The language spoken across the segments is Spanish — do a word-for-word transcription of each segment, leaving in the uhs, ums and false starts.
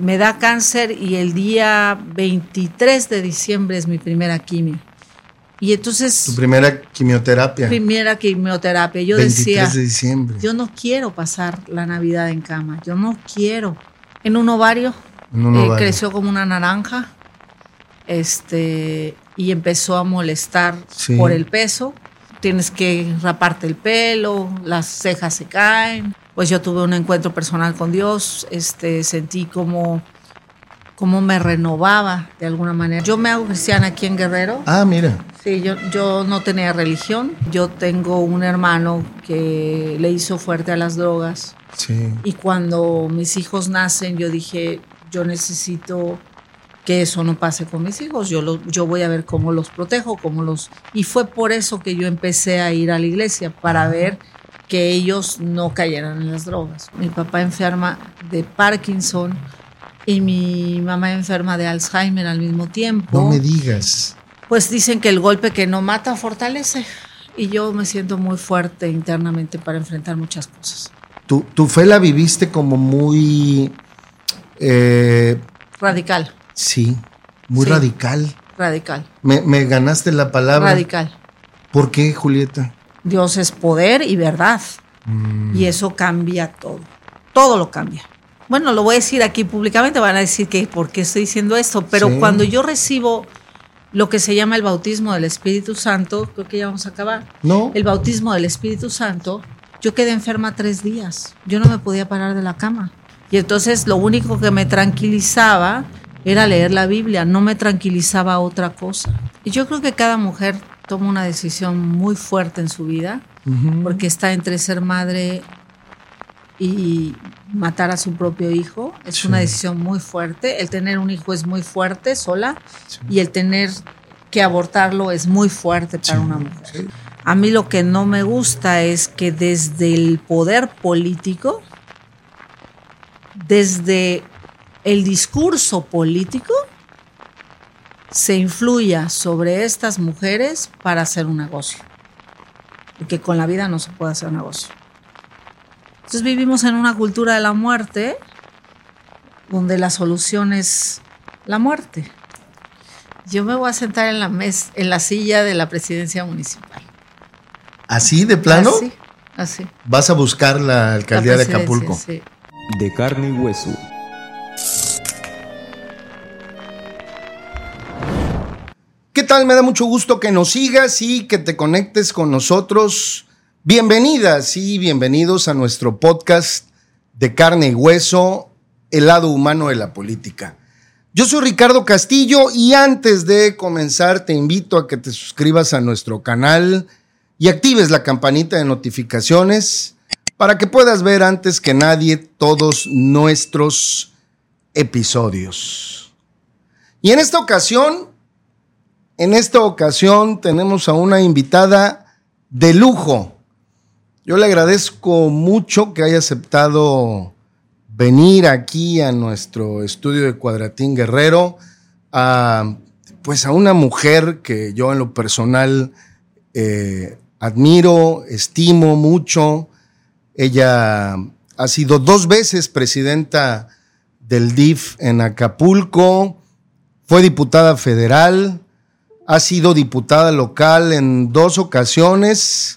me da cáncer y el día veintitrés de diciembre es mi primera quimio. Y entonces... Tu primera quimioterapia. Primera quimioterapia. Yo decía, veintitrés de diciembre. Yo no quiero pasar la Navidad en cama. Yo no quiero. En un ovario, en un eh, ovario. creció como una naranja. Este, y empezó a molestar sí. por el peso. Tienes que raparte el pelo, las cejas se caen. Pues yo tuve un encuentro personal con Dios. Este, sentí como... cómo me renovaba de alguna manera. Yo me hago cristiana aquí en Guerrero. Ah, mira. Sí, yo, yo no tenía religión. Yo tengo un hermano que le hizo fuerte a las drogas. Sí. Y cuando mis hijos nacen, yo dije, yo necesito que eso no pase con mis hijos. Yo, lo, yo voy a ver cómo los protejo, cómo los... Y fue por eso que yo empecé a ir a la iglesia, para ver que ellos no cayeran en las drogas. Mi papá enferma de Parkinson y mi mamá enferma de Alzheimer al mismo tiempo. No me digas. Pues dicen que el golpe que no mata fortalece. Y yo me siento muy fuerte internamente para enfrentar muchas cosas. Tu, tu fe la viviste como muy... Eh, radical. Sí, muy sí, radical. Radical. Me, me ganaste la palabra. Radical. ¿Por qué, Julieta? Dios es poder y verdad. Mm. Y eso cambia todo. Todo lo cambia. Bueno, lo voy a decir aquí públicamente, van a decir que por qué estoy diciendo esto, pero sí. Cuando yo recibo lo que se llama el bautismo del Espíritu Santo, creo que ya vamos a acabar. No. El bautismo del Espíritu Santo, yo quedé enferma tres días. Yo no me podía parar de la cama. Y entonces lo único que me tranquilizaba era leer la Biblia, no me tranquilizaba otra cosa. Y yo creo que cada mujer toma una decisión muy fuerte en su vida, uh-huh. porque está entre ser madre y matar a su propio hijo. Es sí. una decisión muy fuerte. El tener un hijo es muy fuerte sola, sí. y el tener que abortarlo es muy fuerte para sí. una mujer. Sí. A mí lo que no me gusta es que desde el poder político, desde el discurso político, se influya sobre estas mujeres para hacer un negocio. Porque con la vida no se puede hacer negocio. Entonces vivimos en una cultura de la muerte, donde la solución es la muerte. Yo me voy a sentar en la mes, en la silla de la presidencia municipal. ¿Así de plano? Así, así. ¿Vas a buscar la alcaldía la de Acapulco? Sí. De carne y hueso. ¿Qué tal? Me da mucho gusto que nos sigas y que te conectes con nosotros. Bienvenidas y bienvenidos a nuestro podcast de carne y hueso, el lado humano de la política. Yo soy Ricardo Castillo y antes de comenzar te invito a que te suscribas a nuestro canal y actives la campanita de notificaciones para que puedas ver antes que nadie todos nuestros episodios. Y en esta ocasión, en esta ocasión tenemos a una invitada de lujo. Yo le agradezco mucho que haya aceptado venir aquí a nuestro estudio de Cuadratín Guerrero, a, pues a una mujer que yo en lo personal eh, admiro, estimo mucho. Ella ha sido dos veces presidenta del D I F en Acapulco, fue diputada federal, ha sido diputada local en dos ocasiones.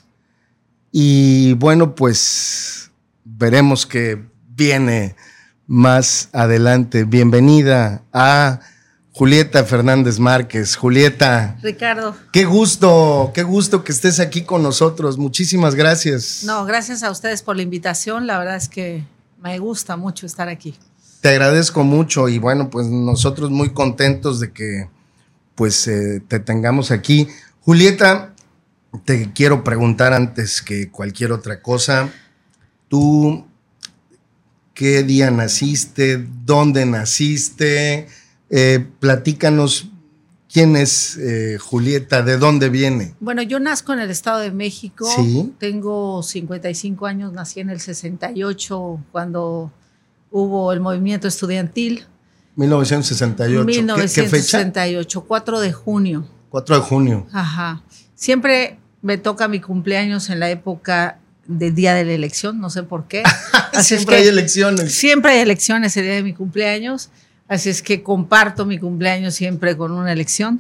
Y bueno, pues veremos qué viene más adelante. Bienvenida a Julieta Fernández Márquez. Julieta. Ricardo. Qué gusto, qué gusto que estés aquí con nosotros. Muchísimas gracias. No, gracias a ustedes por la invitación. La verdad es que me gusta mucho estar aquí. Te agradezco mucho y bueno, pues nosotros muy contentos de que pues eh, te tengamos aquí. Julieta, te quiero preguntar antes que cualquier otra cosa, ¿tú qué día naciste? ¿Dónde naciste? Eh, platícanos quién es eh, Julieta, ¿de dónde viene? Bueno, yo nazco en el Estado de México, ¿sí? Tengo cincuenta y cinco años, nací en el sesenta y ocho cuando hubo el movimiento estudiantil. mil novecientos sesenta y ocho. mil novecientos sesenta y ocho, ¿qué fecha? cuatro de junio. cuatro de junio. Ajá. Siempre me toca mi cumpleaños en la época del día de la elección, no sé por qué. Así siempre es que hay elecciones. Siempre hay elecciones el día de mi cumpleaños, así es que comparto mi cumpleaños siempre con una elección.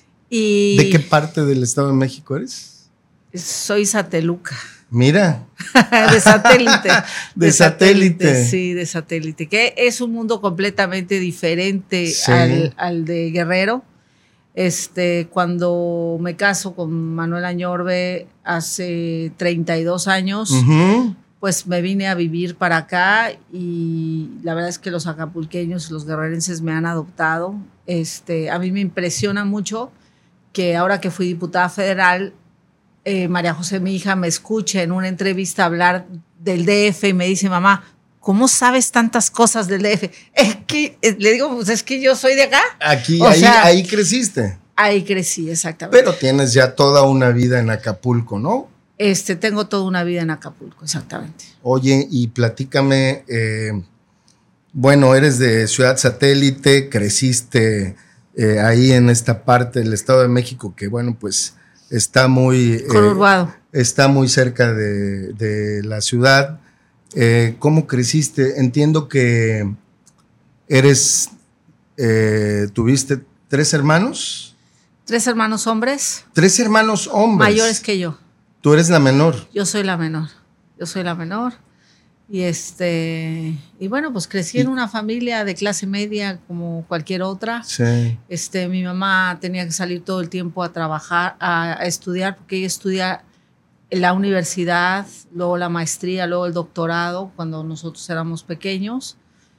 Y ¿De qué parte del Estado de México eres? soy sateluca. Mira. de satélite. de, de satélite. satélite. Sí, de satélite. Que es un mundo completamente diferente sí. al, al de Guerrero. Este, cuando me caso con Manuel Añorbe hace treinta y dos años, uh-huh. pues me vine a vivir para acá y la verdad es que los acapulqueños y los guerrerenses me han adoptado. Este, a mí me impresiona mucho que ahora que fui diputada federal, eh, María José, mi hija, me escuche en una entrevista hablar del D F y me dice, mamá, ¿cómo sabes tantas cosas del D F? Es que, le digo, pues es que yo soy de acá. Aquí, ahí, sea, ahí creciste. Ahí crecí, exactamente. Pero tienes ya toda una vida en Acapulco, ¿no? Este, tengo toda una vida en Acapulco, exactamente. Oye, y platícame, eh, bueno, eres de Ciudad Satélite, creciste eh, ahí en esta parte del Estado de México que, bueno, pues está muy... Conurbado. Eh, está muy cerca de, de la ciudad. Eh, ¿Cómo creciste? Entiendo que eres, eh, tuviste tres hermanos. Tres hermanos hombres. Tres hermanos hombres. Mayores que yo. Tú eres la menor. Yo soy la menor. Yo soy la menor. Y este, y bueno, pues crecí en una familia de clase media como cualquier otra. Sí. Este, mi mamá tenía que salir todo el tiempo a trabajar, a, a estudiar, porque ella estudia en la universidad, luego la maestría, luego el doctorado, cuando nosotros éramos pequeños.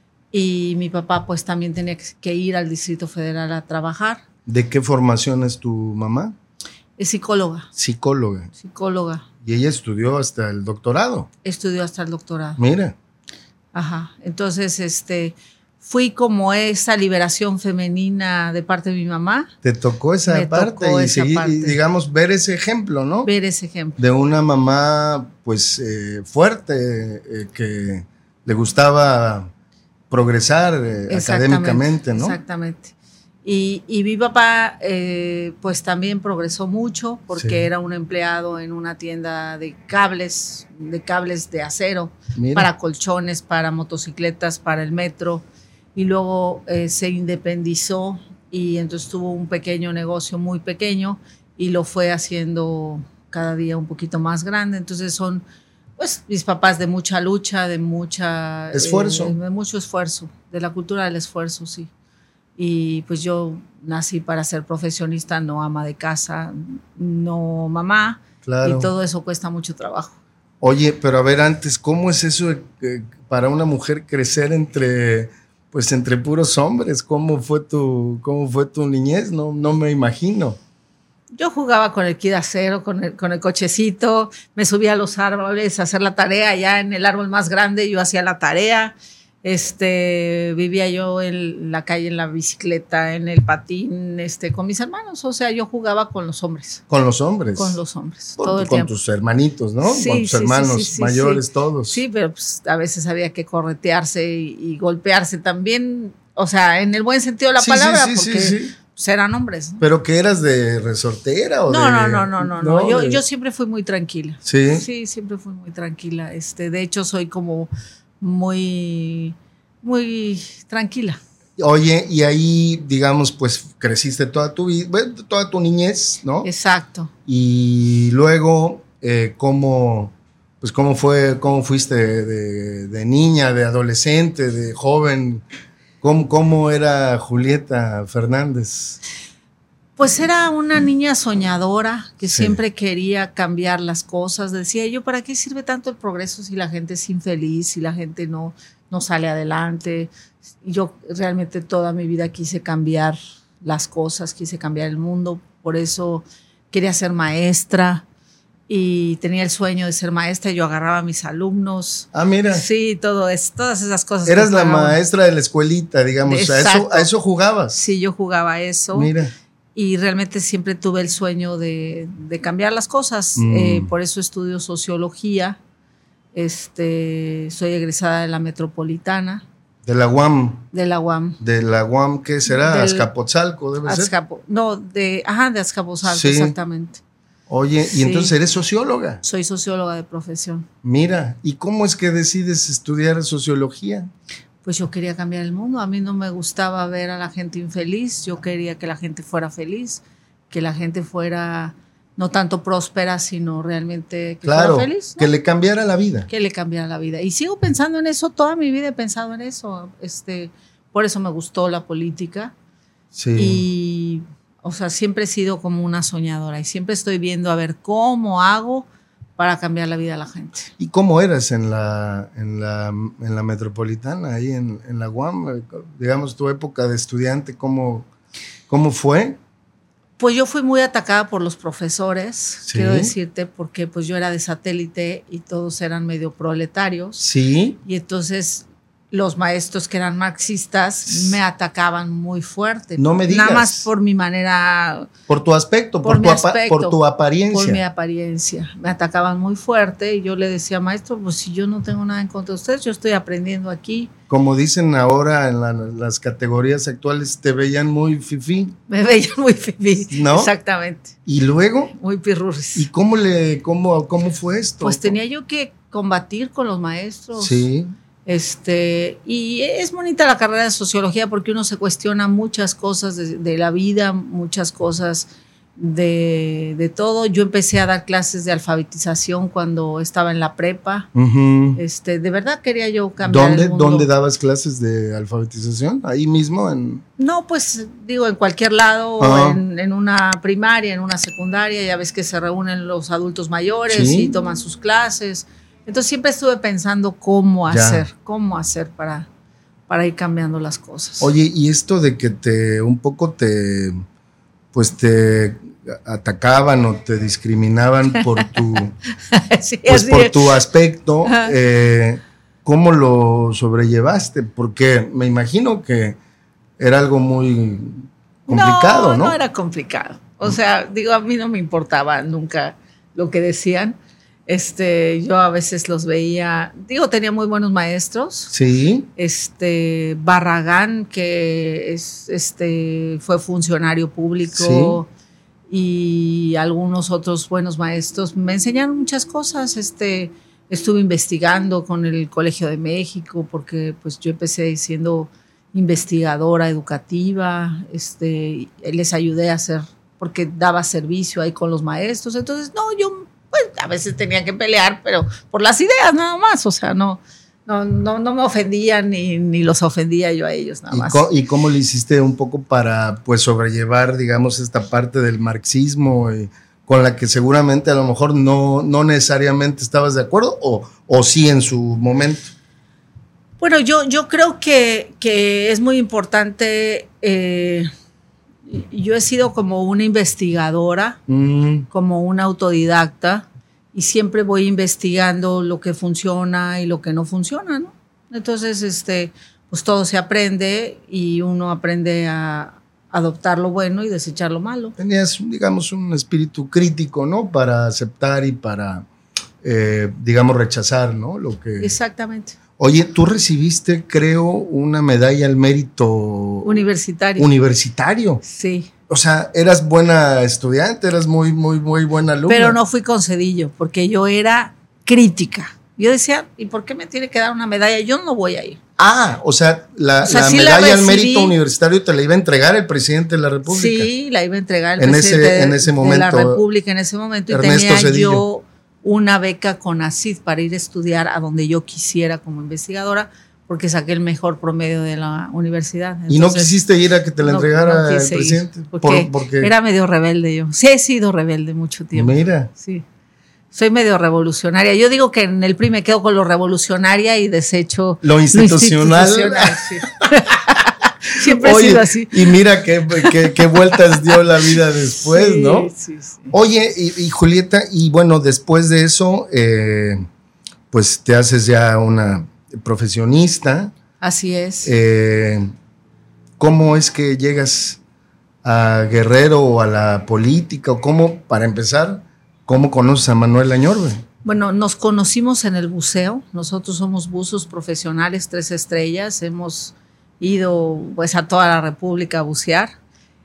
Y mi papá pues también tenía que ir al Distrito Federal a trabajar. ¿De qué formación es tu mamá? Es psicóloga. Psicóloga. Psicóloga. Y ella estudió hasta el doctorado. Estudió hasta el doctorado. Mira. Ajá. Entonces, este, fui como esa liberación femenina de parte de mi mamá. Te tocó esa Me parte tocó y, esa seguir, parte. y digamos ver ese ejemplo, ¿no? Ver ese ejemplo. De una mamá pues eh, fuerte, eh, que le gustaba progresar eh, académicamente, ¿no? Exactamente. Y, y mi papá eh, pues también progresó mucho porque sí. era un empleado en una tienda de cables, de cables de acero, Mira. para colchones, para motocicletas, para el metro. Y luego eh, se independizó y entonces tuvo un pequeño negocio muy pequeño y lo fue haciendo cada día un poquito más grande. Entonces son pues mis papás de mucha lucha, de mucha... Esfuerzo. Eh, de mucho esfuerzo, de la cultura del esfuerzo, sí. Y pues yo nací para ser profesionista, no ama de casa, no mamá, claro. Y todo eso cuesta mucho trabajo. Oye, pero a ver, antes, ¿cómo es eso de, eh, para una mujer crecer entre, pues, entre puros hombres? ¿Cómo fue tu, cómo fue tu niñez? No, no me imagino. Yo jugaba con el kid acero, con el, con el cochecito, me subía a los árboles a hacer la tarea, ya en el árbol más grande yo hacía la tarea. Este, vivía yo en la calle, en la bicicleta, en el patín, este, con mis hermanos. O sea, yo jugaba con los hombres. ¿Con los hombres? Con los hombres, con, todo el con tiempo. Tus hermanitos, ¿no? Sí, con tus sí, hermanos sí, sí, mayores, sí. todos. Sí, pero pues, a veces había que corretearse y, y golpearse también. O sea, en el buen sentido de la sí, palabra, sí, sí, porque sí, sí. Pues, eran hombres, ¿no? ¿Pero que eras de resortera o no, de...? No, no, no, no, no. no yo, de... yo siempre fui muy tranquila. ¿Sí? Sí, siempre fui muy tranquila. Este, de hecho, soy como muy... muy tranquila. Oye, y ahí, digamos, pues creciste toda tu vida, toda tu niñez, ¿no? Exacto. Y luego, eh, ¿cómo, pues cómo fue, cómo fuiste de, de, de niña, de adolescente, de joven? ¿Cómo, cómo era Julieta Fernández? Pues era una niña soñadora que sí. siempre quería cambiar las cosas. Decía yo, ¿para qué sirve tanto el progreso si la gente es infeliz, si la gente no... no sale adelante? Yo realmente toda mi vida quise cambiar las cosas, quise cambiar el mundo, por eso quería ser maestra y tenía el sueño de ser maestra. Yo agarraba a mis alumnos. Ah, mira. Sí, todo es, todas esas cosas. Eras la maestra de la escuelita, digamos, a eso, a eso jugabas. Sí, yo jugaba a eso. Mira. Y realmente siempre tuve el sueño de, de cambiar las cosas, mm. eh, por eso estudio sociología. Este, soy egresada de la Metropolitana. De la U A M. De la U A M. De la U A M, ¿qué será? Del Azcapotzalco, debe Azcapo, ser. No, de, ajá, de Azcapotzalco, sí. exactamente. Oye, y Sí. entonces eres socióloga. Soy socióloga de profesión. Mira, ¿y cómo es que decides estudiar sociología? Pues yo quería cambiar el mundo. A mí no me gustaba ver a la gente infeliz. Yo quería que la gente fuera feliz, que la gente fuera no tanto próspera, sino realmente que Claro, fuera feliz, ¿no? que le cambiara la vida. Que le cambiara la vida. Y sigo pensando en eso, toda mi vida he pensado en eso. Este, por eso me gustó la política. Sí. Y, o sea, siempre he sido como una soñadora y siempre estoy viendo a ver cómo hago para cambiar la vida de la gente. ¿Y cómo eras en la, en la, en la metropolitana, ahí en, en la U A M? Digamos, tu época de estudiante, ¿cómo, cómo fue? Pues yo fui muy atacada por los profesores, Sí. quiero decirte, porque pues yo era de satélite y todos eran medio proletarios. Sí. Y entonces los maestros que eran marxistas me atacaban muy fuerte. No me digas. Nada más por mi manera, Por tu aspecto, por, por, mi tu, apa- aspecto, por tu apariencia. por mi apariencia. Me atacaban muy fuerte y yo le decía, maestro, pues si yo no tengo nada en contra de ustedes, yo estoy aprendiendo aquí. Como dicen ahora en la- las categorías actuales, te veían muy fifí, Me veían muy fifí. ¿no? Exactamente. Y luego, Muy pirurris. ¿y cómo le, cómo, cómo fue esto? Pues tenía yo que combatir con los maestros. Sí. Este, y es bonita la carrera de sociología porque uno se cuestiona muchas cosas de, de la vida, muchas cosas de, de todo. Yo empecé a dar clases de alfabetización cuando estaba en la prepa. Ujú. Este, de verdad quería yo cambiar ¿Dónde, el mundo. ¿Dónde dabas clases de alfabetización? Ahí mismo en... No, pues digo, en cualquier lado, Ajá. o en, en una primaria, en una secundaria, ya ves que se reúnen los adultos mayores Sí. y toman sus clases. Entonces siempre estuve pensando cómo Ya. hacer, cómo hacer para, para ir cambiando las cosas. Oye, y esto de que te un poco te pues te atacaban o te discriminaban por tu Sí, pues así por es. tu aspecto, Ajá. eh, ¿cómo lo sobrellevaste? Porque me imagino que era algo muy complicado, ¿no? No, no era complicado. O sea, digo, a mí no me importaba nunca lo que decían. Este, yo a veces los veía, digo, tenía muy buenos maestros. Sí, Este, Barragán, que es, este, fue funcionario público, y algunos otros buenos maestros me enseñaron muchas cosas. Este, estuve investigando con el Colegio de México porque pues yo empecé siendo investigadora educativa. Este, les ayudé a hacer, porque daba servicio ahí con los maestros. Entonces, no, yo pues, a veces tenía que pelear, pero por las ideas nada más. O sea, no, no, no, no me ofendía ni, ni los ofendía yo a ellos nada ¿Y, más. co- ¿Y cómo le hiciste un poco para pues sobrellevar, digamos, esta parte del marxismo y con la que seguramente a lo mejor no, no necesariamente estabas de acuerdo o, o sí en su momento? Bueno, yo, yo creo que, que es muy importante. eh, yo he sido como una investigadora, Mm, como una autodidacta, y siempre voy investigando lo que funciona y lo que no funciona, ¿no? Entonces, este, pues todo se aprende y uno aprende a adoptar lo bueno y desechar lo malo. tenías, digamos, un espíritu crítico, ¿no? Para aceptar y para, eh, digamos, rechazar, ¿no? Lo que... Exactamente. Oye, tú recibiste, creo, una medalla al mérito Universitario. universitario. Sí. O sea, eras buena estudiante, eras muy, muy, muy buena alumna. Pero no fui con cedillo, porque yo era crítica. Yo decía, ¿y por qué me tiene que dar una medalla? Yo no voy a ir. Ah, o sea, la, O sea, la sí la medalla al recibí. mérito universitario te la iba a entregar el presidente de la República. Sí, la iba a entregar el En presidente ese- en de- ese de la momento, República en ese momento. Y Ernesto tenía Zedillo. yo una beca con ACID para ir a estudiar a donde yo quisiera como investigadora, porque saqué el mejor promedio de la universidad. Y no Entonces, quisiste ir a que te la no- entregara no el quise ir, presidente. porque Por- porque, era medio rebelde yo. Sí, he sido rebelde mucho tiempo. mira, Sí. Soy medio revolucionaria. Yo digo que en el P R I me quedo con lo revolucionaria y desecho Lo institucional. institucional, sí. Siempre he oye, sido así. y mira qué, qué- qué vueltas dio la vida después, Sí, ¿no? sí, sí. Oye, y, y Julieta, y bueno, después de eso, eh, pues te haces ya una profesionista. Así es. Eh, ¿Cómo es que llegas a Guerrero o a la política? ¿O cómo, para empezar, cómo conoces a Manuel Añorbe? Bueno, nos conocimos en el buceo. Nosotros somos buzos profesionales, tres estrellas. Hemos ido pues a toda la República a bucear.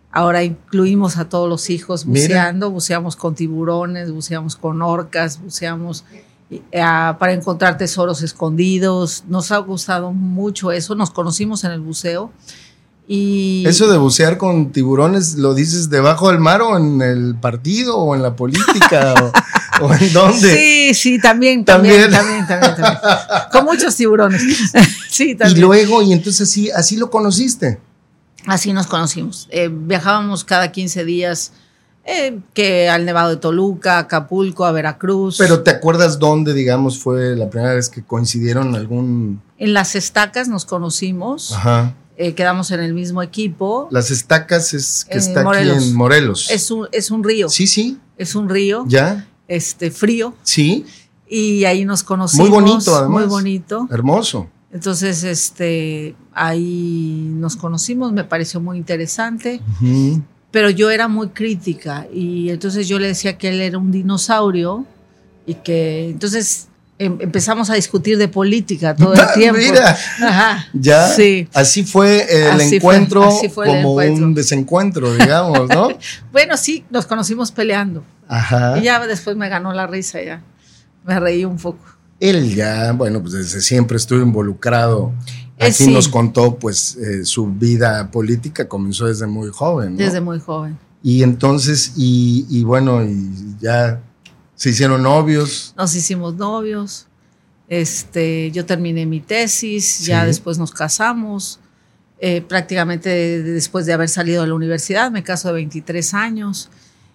Ahora incluimos a todos los hijos buceando, Mira. buceamos con tiburones, buceamos con orcas, buceamos eh, para encontrar tesoros escondidos. Nos ha gustado mucho eso, nos conocimos en el buceo. Y ¿Eso de bucear con tiburones lo dices debajo del mar o en el partido o en la política o, o en dónde? Sí, sí, también, también, también, también, también, también. Con muchos tiburones. Sí, también. Y luego, y entonces así, así lo conociste. Así nos conocimos. Eh, viajábamos cada quince días, eh, que al Nevado de Toluca, a Acapulco, a Veracruz. Pero ¿te acuerdas dónde, digamos, fue la primera vez que coincidieron en algún...? En Las Estacas nos conocimos. Ajá. Eh, quedamos en el mismo equipo. Las Estacas es que En está Morelos. aquí en Morelos. Es un, es un río. Sí, sí. Es un río. ¿Ya? Este, frío. Sí. Y ahí nos conocimos. Muy bonito, además. Muy bonito. Hermoso. Entonces, este, ahí nos conocimos, me pareció muy interesante. Uh-huh. Pero yo era muy crítica y entonces yo le decía que él era un dinosaurio y que entonces em, empezamos a discutir de política todo el tiempo. Mira, Ajá, ya, sí. así fue el Así encuentro, fue, así fue el como encuentro. un desencuentro, digamos, ¿no? Bueno, sí, nos conocimos peleando Ajá. y ya después me ganó la risa, ya me reí un poco. Él ya, bueno, pues desde siempre estuvo involucrado. Eh, Aquí sí. nos contó, pues, eh, su vida política comenzó desde muy joven, ¿no? Desde muy joven. Y entonces, y, y bueno, y ya se hicieron novios. Nos hicimos novios, este, yo terminé mi tesis, Sí. ya después nos casamos, eh, prácticamente después de haber salido de la universidad, me caso de veintitrés años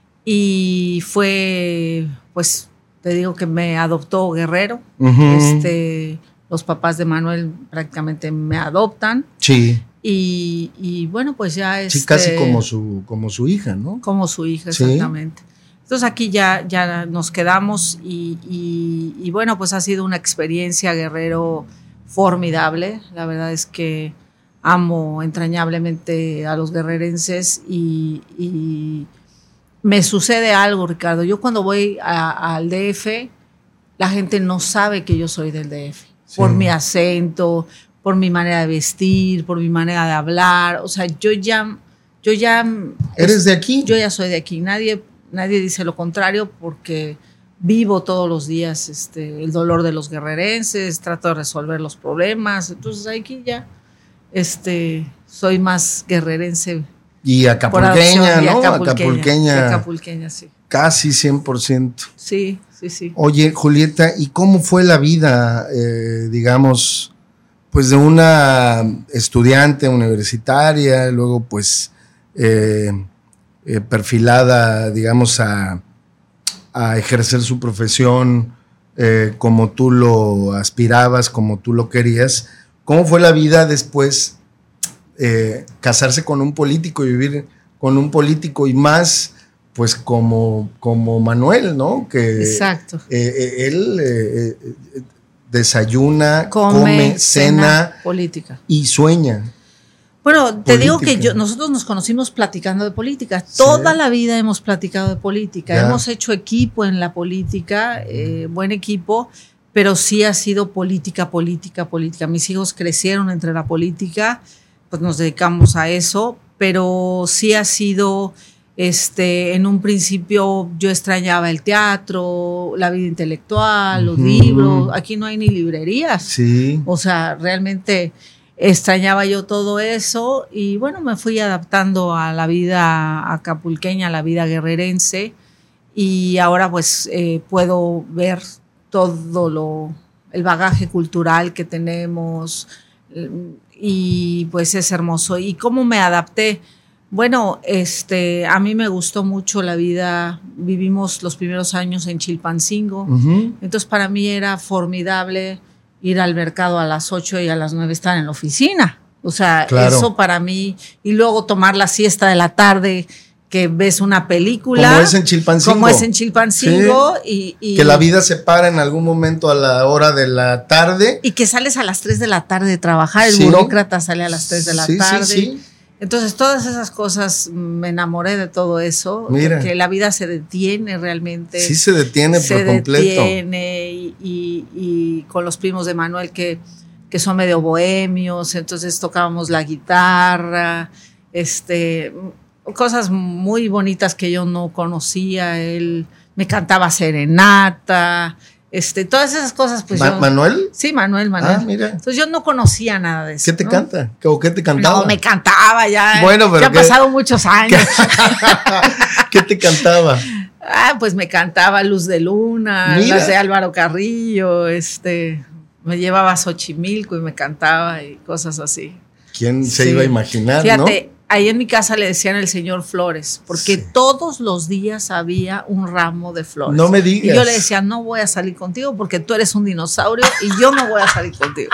y fue, pues, te digo que me adoptó Guerrero, Uh-huh. este, los papás de Manuel prácticamente me adoptan Sí, y, y bueno, pues ya es... sí, casi como su, como su hija, ¿no? Como su hija, Sí. exactamente. Entonces aquí ya, ya nos quedamos y, y, y bueno, pues ha sido una experiencia, Guerrero, formidable. La verdad es que amo entrañablemente a los guerrerenses y, y me sucede algo, Ricardo. Yo cuando voy a- al D F, la gente no sabe que yo soy del D F. Sí. Por mi acento, por mi manera de vestir, por mi manera de hablar. O sea, yo ya... Yo ya ¿Eres de aquí? Yo ya soy de aquí. Nadie, nadie dice lo contrario porque vivo todos los días este, el dolor de los guerrerenses, trato de resolver los problemas. Entonces aquí ya este, soy más guerrerense. Y por acapulqueña, adopción, y ¿no? acapulqueña, Acapulqueña. y acapulqueña, sí. Casi cien por ciento. Sí, sí, sí. Oye, Julieta, ¿y cómo fue la vida, eh, digamos, pues de una estudiante universitaria, luego pues eh, eh, perfilada, digamos, a, a ejercer su profesión eh, como tú lo aspirabas, como tú lo querías? ¿Cómo fue la vida después eh, casarse con un político y vivir con un político y más... Pues como, como Manuel, ¿no? Que Exacto. eh, eh, él eh, eh, desayuna, come, Come, cena, política. y sueña. Bueno, te digo que Política. yo, nosotros nos conocimos platicando de política. Sí. Toda la vida hemos platicado de política. Ya. Hemos hecho equipo en la política, eh, buen equipo, pero sí ha sido política, política, política. Mis hijos crecieron entre la política, pues nos dedicamos a eso, pero sí ha sido... Este, en un principio yo extrañaba el teatro, la vida intelectual, los Ujú. libros. Aquí no hay ni librerías. Sí. O sea, realmente extrañaba yo todo eso y bueno, me fui adaptando a la vida acapulqueña, a la vida guerrerense y ahora pues eh, puedo ver todo lo, el bagaje cultural que tenemos y pues es hermoso. ¿Y cómo me adapté? Bueno, este, a mí me gustó mucho la vida, vivimos los primeros años en Chilpancingo, Uh-huh. entonces para mí era formidable ir al mercado a las ocho y a las nueve estar en la oficina, o sea, Claro. eso para mí, y luego tomar la siesta de la tarde, que ves una película. Como es en Chilpancingo. Como es en Chilpancingo. Sí. Y, y, Que la vida se para en algún momento a la hora de la tarde. y que sales a las tres de la tarde de trabajar, el Sí. burócrata sale a las tres de la Sí, sí, tarde. sí. Entonces, todas esas cosas, me enamoré de todo eso, Mira. que la vida se detiene realmente. Sí se detiene se por completo. detiene y, y- y con los primos de Manuel que, que son medio bohemios, entonces tocábamos la guitarra, este, cosas muy bonitas que yo no conocía. Él me cantaba serenata, este, todas esas cosas. Pues Ma- yo, ¿Manuel? Sí, Manuel, Manuel. Ah, mira. Entonces yo no conocía nada de eso. ¿Qué te ¿no? canta? ¿O qué te cantaba? No, me cantaba ya. Bueno, pero ya han ¿qué? pasado muchos años. ¿Qué te cantaba? Ah, pues me cantaba Luz de Luna, Mira. las de Álvaro Carrillo, este, me llevaba a Xochimilco y me cantaba y cosas así. ¿Quién se Sí. iba a imaginar, Fíjate, no? ahí en mi casa le decían el señor Flores, porque Sí. todos los días había un ramo de flores. No me digas. Y yo le decía, no voy a salir contigo porque tú eres un dinosaurio y yo no voy a salir contigo.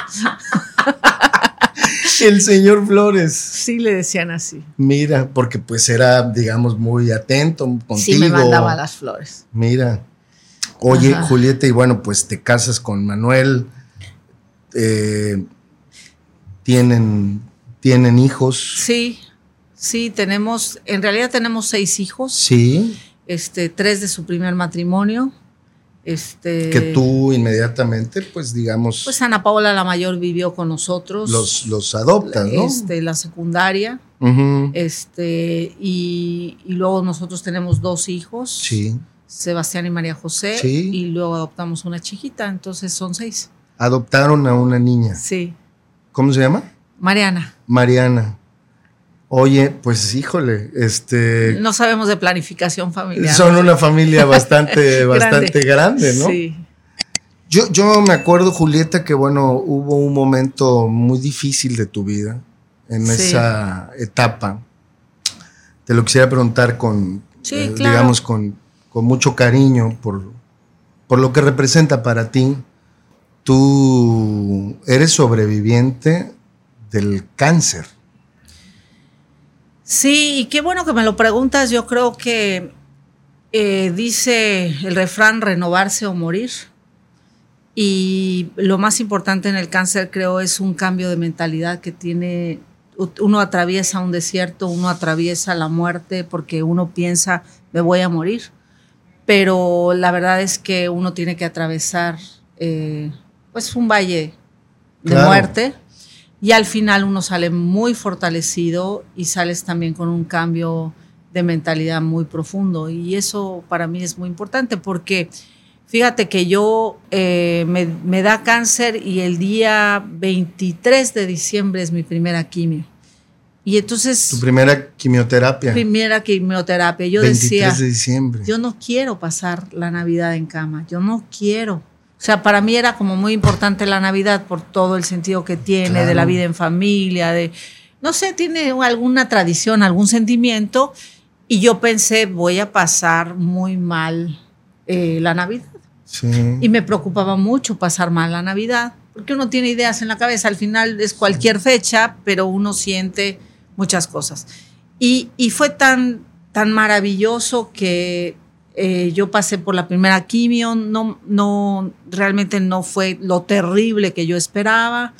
El señor Flores. Sí, le decían así. Mira, porque pues era, digamos, muy atento contigo. Sí, me mandaba las flores. Mira. Oye, Ajá. Julieta, y bueno, pues te casas con Manuel. Eh, tienen, tienen hijos. Sí, sí, tenemos, en realidad tenemos seis hijos. Sí. Este, tres de su primer matrimonio. Este, Que tú inmediatamente, pues digamos, Pues Ana Paola, la mayor, vivió con nosotros. los, los adoptas, ¿no? Este, la secundaria. Ujú. Este, y, y luego nosotros tenemos dos hijos. Sí. Sebastián y María José. Sí. Y luego adoptamos una chiquita, entonces son seis. Adoptaron a una niña. Sí. ¿Cómo se llama? Mariana. Mariana. Oye, pues híjole, este... No sabemos de planificación familiar. Son una familia bastante, bastante grande, ¿no? Sí. Yo, yo me acuerdo, Julieta, que bueno, hubo un momento muy difícil de tu vida en Sí. esa etapa. Te lo quisiera preguntar con, Sí, eh, claro. digamos, con, con mucho cariño por, por lo que representa para ti. Tú eres sobreviviente del cáncer. Sí, y qué bueno que me lo preguntas. Yo creo que eh, dice el refrán renovarse o morir. Y lo más importante en el cáncer, creo, es un cambio de mentalidad que tiene. Uno atraviesa un desierto, uno atraviesa la muerte porque uno piensa, me voy a morir. Pero la verdad es que uno tiene que atravesar eh, pues un valle de Claro. muerte. Y al final uno sale muy fortalecido y sales también con un cambio de mentalidad muy profundo. Y eso para mí es muy importante porque fíjate que yo eh, me, me da cáncer y el día veintitrés de diciembre es mi primera quimio. Y entonces, Tu primera quimioterapia. primera quimioterapia, yo veintitrés decía, de diciembre. yo no quiero pasar la Navidad en cama, yo no quiero. O sea, para mí era como muy importante la Navidad por todo el sentido que tiene, Claro. de la vida en familia, de, no sé, tiene alguna tradición, algún sentimiento. Y yo pensé, voy a pasar muy mal eh, la Navidad. Sí. Y me preocupaba mucho pasar mal la Navidad, porque uno tiene ideas en la cabeza, al final es cualquier fecha, pero uno siente muchas cosas. Y, y fue tan, tan maravilloso que eh, yo pasé por la primera quimio, no, no, realmente no fue lo terrible que yo esperaba,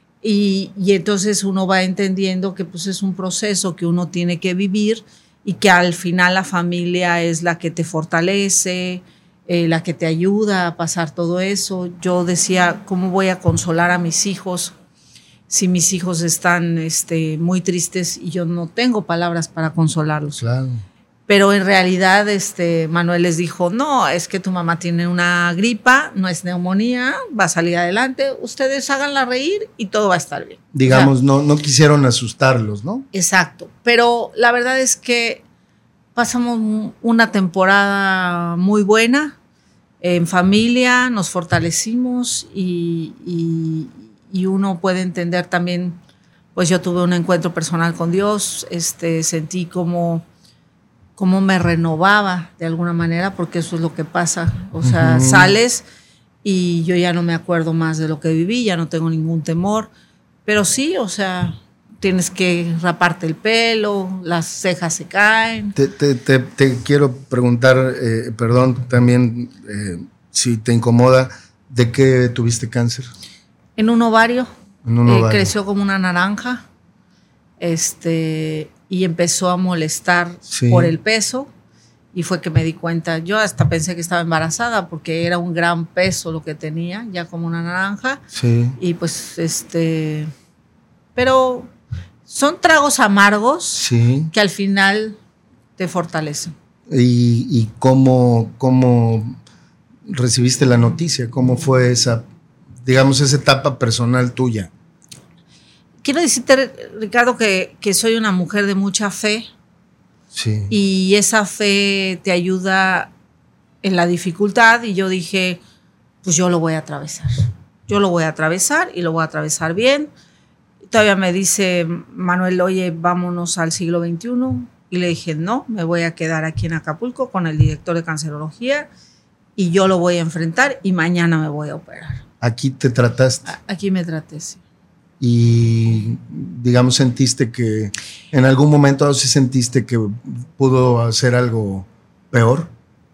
y, y entonces uno va entendiendo que pues, es un proceso que uno tiene que vivir y que al final la familia es la que te fortalece, eh, la que te ayuda a pasar todo eso. Yo decía, ¿cómo voy a consolar a mis hijos si mis hijos están este, muy tristes y yo no tengo palabras para consolarlos? Claro. Pero en realidad este, Manuel les dijo, no, es que tu mamá tiene una gripa, no es neumonía, va a salir adelante, ustedes háganla reír y todo va a estar bien. Digamos, O sea, no, no quisieron asustarlos, ¿no? exacto, pero la verdad es que pasamos una temporada muy buena en familia, nos fortalecimos y, y, y uno puede entender también, pues yo tuve un encuentro personal con Dios, este, sentí como, como me renovaba de alguna manera, porque eso es lo que pasa, o sea, Ujú. sales y yo ya no me acuerdo más de lo que viví, ya no tengo ningún temor, pero sí, o sea, tienes que raparte el pelo, las cejas se caen. Te, te, te, te quiero preguntar, eh, perdón, también, eh, si te incomoda, ¿de qué tuviste cáncer? En un ovario, En un eh, ovario. creció como una naranja, este, y empezó a molestar Sí. por el peso, y fue que me di cuenta, yo hasta pensé que estaba embarazada porque era un gran peso lo que tenía, ya como una naranja, Sí. y pues este, pero son tragos amargos Sí. que al final te fortalecen. ¿Y, y cómo, cómo recibiste la noticia? ¿Cómo fue esa, digamos, esa etapa personal tuya? Quiero decirte, Ricardo, que, que soy una mujer de mucha fe. Sí. Y esa fe te ayuda en la dificultad. Y yo dije, pues yo lo voy a atravesar. Yo lo voy a atravesar y lo voy a atravesar bien. Todavía me dice Manuel, oye, vámonos al siglo veintiuno. Y le dije, no, me voy a quedar aquí en Acapulco con el director de cancerología y yo lo voy a enfrentar y mañana me voy a operar. ¿Aquí te trataste? Aquí me traté, sí. Y, digamos, sentiste que en algún momento sí sentiste que pudo hacer algo peor.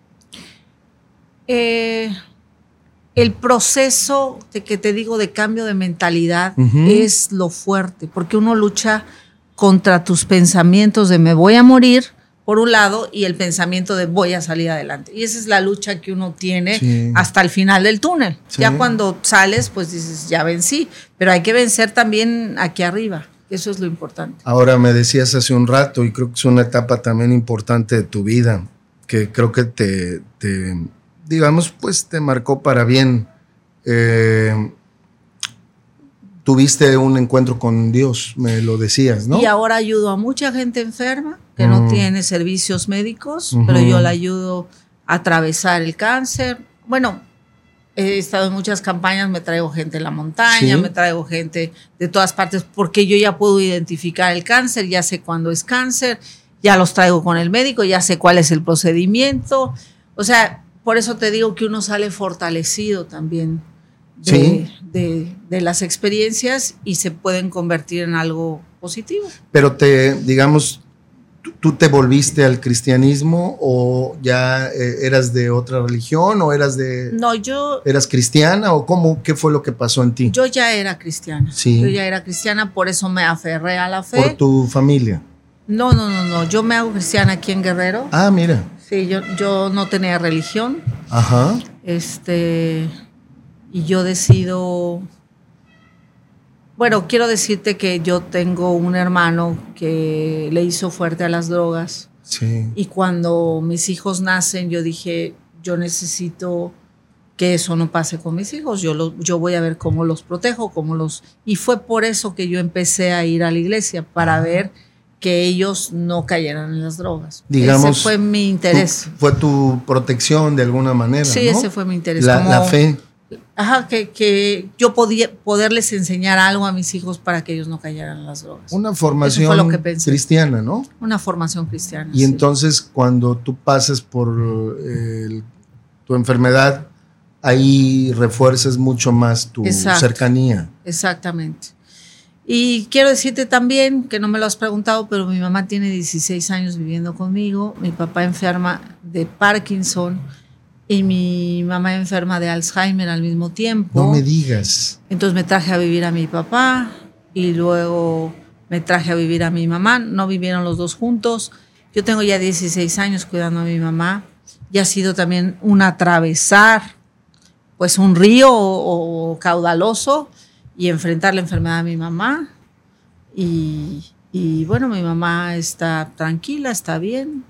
Eh, el proceso de que te digo de cambio de mentalidad Uh-huh. es lo fuerte, porque uno lucha contra tus pensamientos de me voy a morir, por un lado, y el pensamiento de voy a salir adelante. Y esa es la lucha que uno tiene Sí. hasta el final del túnel. Sí. Ya cuando sales, pues dices, ya vencí, pero hay que vencer también aquí arriba. Eso es lo importante. Ahora me decías hace un rato, y creo que es una etapa también importante de tu vida, que creo que te, te digamos, pues te marcó para bien. Eh, tuviste un encuentro con Dios, me lo decías, ¿no? Y ahora ayudo a mucha gente enferma que Mm. no tiene servicios médicos, Ujú. pero yo la ayudo a atravesar el cáncer. Bueno, he estado en muchas campañas, me traigo gente en la montaña, Sí. me traigo gente de todas partes, porque yo ya puedo identificar el cáncer, ya sé cuándo es cáncer, ya los traigo con el médico, ya sé cuál es el procedimiento. O sea, por eso te digo que uno sale fortalecido también de, Sí. de, de las experiencias y se pueden convertir en algo positivo. Pero te, digamos, ¿tú, tú te volviste al cristianismo o ya eh, eras de otra religión o eras de, No, yo, eras cristiana o cómo, qué fue lo que pasó en ti? yo ya era cristiana. Sí. Yo ya era cristiana, por eso me aferré a la fe. Por tu familia. No, no, no, no. Yo me hago cristiana aquí en Guerrero. Ah, mira. Sí, yo, yo no tenía religión. Ajá. Este, y yo decido. Bueno, quiero decirte que yo tengo un hermano que le hizo fuerte a las drogas. Sí. Y cuando mis hijos nacen, yo dije, yo necesito que eso no pase con mis hijos. Yo, lo, yo voy a ver cómo los protejo, cómo los. Y fue por eso que yo empecé a ir a la iglesia, para Ah. ver que ellos no cayeran en las drogas. Digamos, ese fue mi interés. Tu- fue tu protección de alguna manera, Sí, ¿no? ese fue mi interés. La, como- la fe. Ajá, que, que yo podía poderles enseñar algo a mis hijos para que ellos no cayeran en las drogas. Una Eso formación fue lo que pensé. cristiana, ¿no? Una formación cristiana. Y sí. entonces cuando tú pasas por eh, el- tu enfermedad, ahí refuerzas mucho más tu Exacto. cercanía. Exactamente. Y quiero decirte también, que no me lo has preguntado, pero mi mamá tiene dieciséis años viviendo conmigo, mi papá enferma de Parkinson y mi mamá enferma de Alzheimer al mismo tiempo. No me digas. Entonces me traje a vivir a mi papá y luego me traje a vivir a mi mamá. No vivieron los dos juntos. Yo tengo ya dieciséis años cuidando a mi mamá y ha sido también un atravesar pues un río o, o caudaloso y enfrentar la enfermedad de mi mamá. Y, y bueno, mi mamá está tranquila, está bien.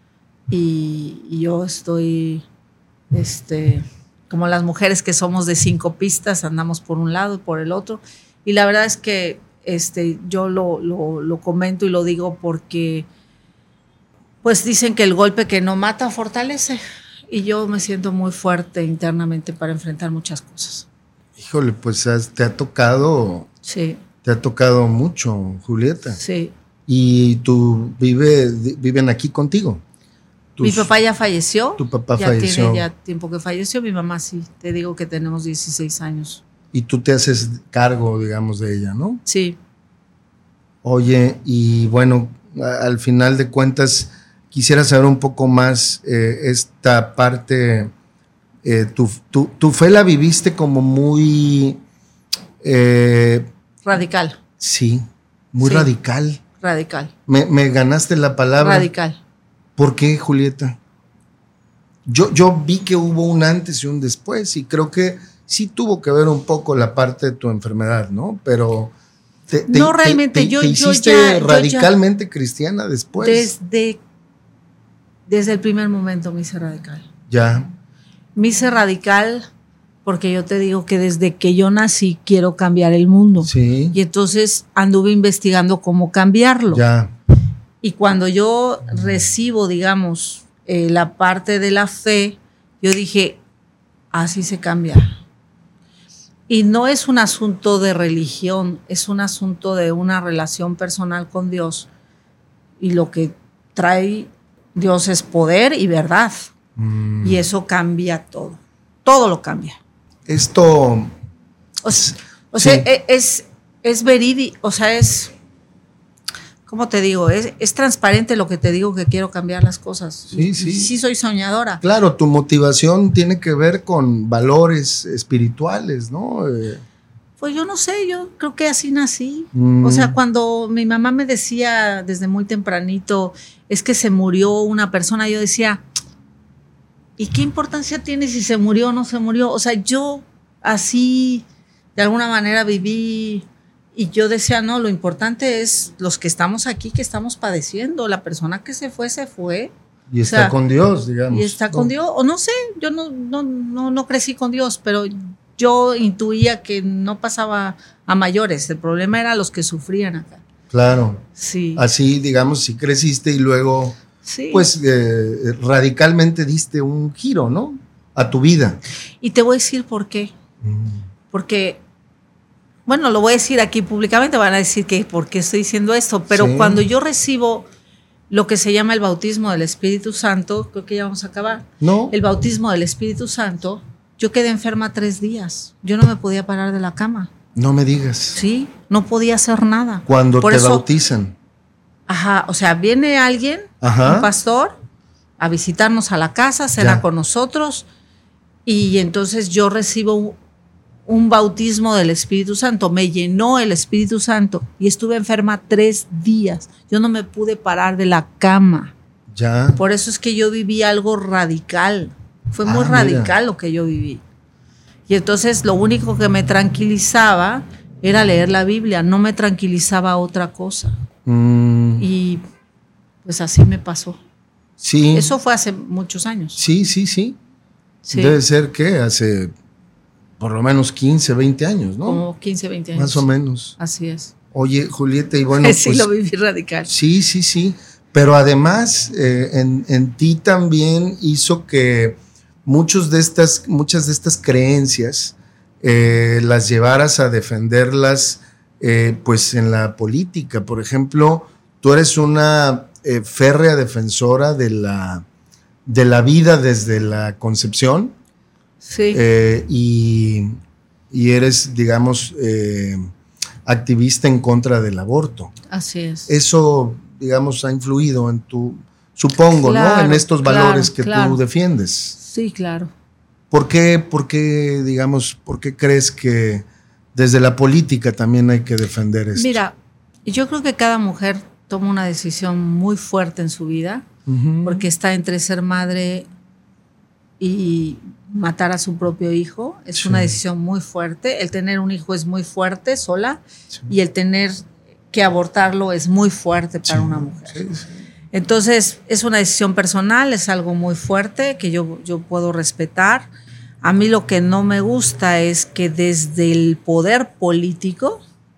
Y, y yo estoy, este, como las mujeres que somos de cinco pistas, andamos por un lado y por el otro. Y la verdad es que este, yo lo, lo, lo comento y lo digo porque pues dicen que el golpe que no mata fortalece. Y yo me siento muy fuerte internamente para enfrentar muchas cosas. Híjole, pues has- te ha tocado, Sí, te ha tocado mucho, Julieta. sí. Y tú vive, viven aquí contigo. Mi Tus- papá ya falleció. Tu papá ya falleció. tiene ya tiempo que falleció. Mi mamá sí, te digo que tenemos dieciséis años. Y tú te haces cargo, digamos, de ella, ¿no? Sí. Oye, y bueno, a- al final de cuentas, quisiera saber un poco más eh, esta parte. eh, tu, tu- tu fe la viviste como muy, eh, Radical, sí, muy Sí. radical. radical, Me, me ganaste la palabra. radical. ¿Por qué, Julieta? Yo, yo vi que hubo un antes y un después y creo que sí tuvo que ver un poco la parte de tu enfermedad, ¿no? Pero te, te- No, te- realmente, te- yo- te yo hiciste ya- yo ya- radicalmente cristiana después. Desde Desde el primer momento me hice radical. Ya. Me hice radical porque yo te digo que desde que yo nací quiero cambiar el mundo. Sí. Y entonces anduve investigando cómo cambiarlo. Ya. Y cuando yo recibo, digamos, eh, la parte de la fe, yo dije, así se cambia. Y no es un asunto de religión, es un asunto de una relación personal con Dios. Y lo que trae Dios es poder y verdad. Mm. Y eso cambia todo. Todo lo cambia. Esto... O sea, o sea sí. es, es verídico, o sea, es... ¿Cómo te digo? Es, es transparente lo que te digo, que quiero cambiar las cosas. Sí, sí. Sí soy soñadora. Claro, tu motivación tiene que ver con valores espirituales, ¿no? Eh. Pues yo no sé, yo creo que así nací. Mm. O sea, cuando mi mamá me decía desde muy tempranito, es que se murió una persona, yo decía, ¿y qué importancia tiene si se murió o no se murió? O sea, yo así, de alguna manera viví... Y yo decía, no, lo importante es los que estamos aquí, que estamos padeciendo. La persona que se fue, se fue. Y está o sea, con Dios, digamos. Y está ¿no? con Dios, o no sé, yo no, no, no, no crecí con Dios, pero yo intuía que no pasaba a mayores. El problema era los que sufrían acá. Claro. Sí. Así, digamos, si creciste y luego, sí. pues, eh, radicalmente diste un giro, ¿no? A tu vida. Y te voy a decir por qué. Mm. Porque... Bueno, lo voy a decir aquí públicamente, van a decir que por qué estoy diciendo esto, pero sí. Cuando yo recibo lo que se llama el bautismo del Espíritu Santo, creo que ya vamos a acabar, ¿no? El bautismo del Espíritu Santo, yo quedé enferma tres días, yo no me podía parar de la cama. No me digas. Sí, no podía hacer nada. Cuando por te eso, bautizan. Ajá, o sea, viene alguien, ajá. un pastor, a visitarnos a la casa, cena con nosotros, y entonces yo recibo un un bautismo del Espíritu Santo, me llenó el Espíritu Santo y estuve enferma tres días. Yo no me pude parar de la cama. Ya. Por eso es que yo viví algo radical. Fue muy ah, radical mira. Lo que yo viví. Y entonces lo único que me tranquilizaba era leer la Biblia, no me tranquilizaba otra cosa. Mm. Y pues así me pasó. Sí. Eso fue hace muchos años. Sí, sí, sí. sí. Debe ser que hace... por lo menos quince, veinte años, ¿no? Como quince, veinte años. Más o menos. Así es. Oye, Julieta, y bueno, sí, pues... lo viví radical. Sí, sí, sí. Pero además, eh, en, en ti también hizo que muchos de estas, muchas de estas creencias eh, las llevaras a defenderlas, eh, pues, en la política. Por ejemplo, tú eres una eh, férrea defensora de la, de la vida desde la concepción. Sí. Eh, y, y eres, digamos, eh, activista en contra del aborto. Así es. Eso, digamos, ha influido en tu, supongo, claro, ¿no? En estos claro, valores que claro. tú defiendes. Sí, claro. ¿Por qué, por qué, digamos, por qué crees que desde la política también hay que defender esto? Mira, yo creo que cada mujer toma una decisión muy fuerte en su vida, uh-huh. porque está entre ser madre y matar a su propio hijo. Es sí. una decisión muy fuerte. El tener un hijo es muy fuerte sola, sí. y el tener que abortarlo es muy fuerte para sí. una mujer. Sí, sí. Entonces, es una decisión personal, es algo muy fuerte que yo, yo puedo respetar. A mí lo que no me gusta es que desde el poder político,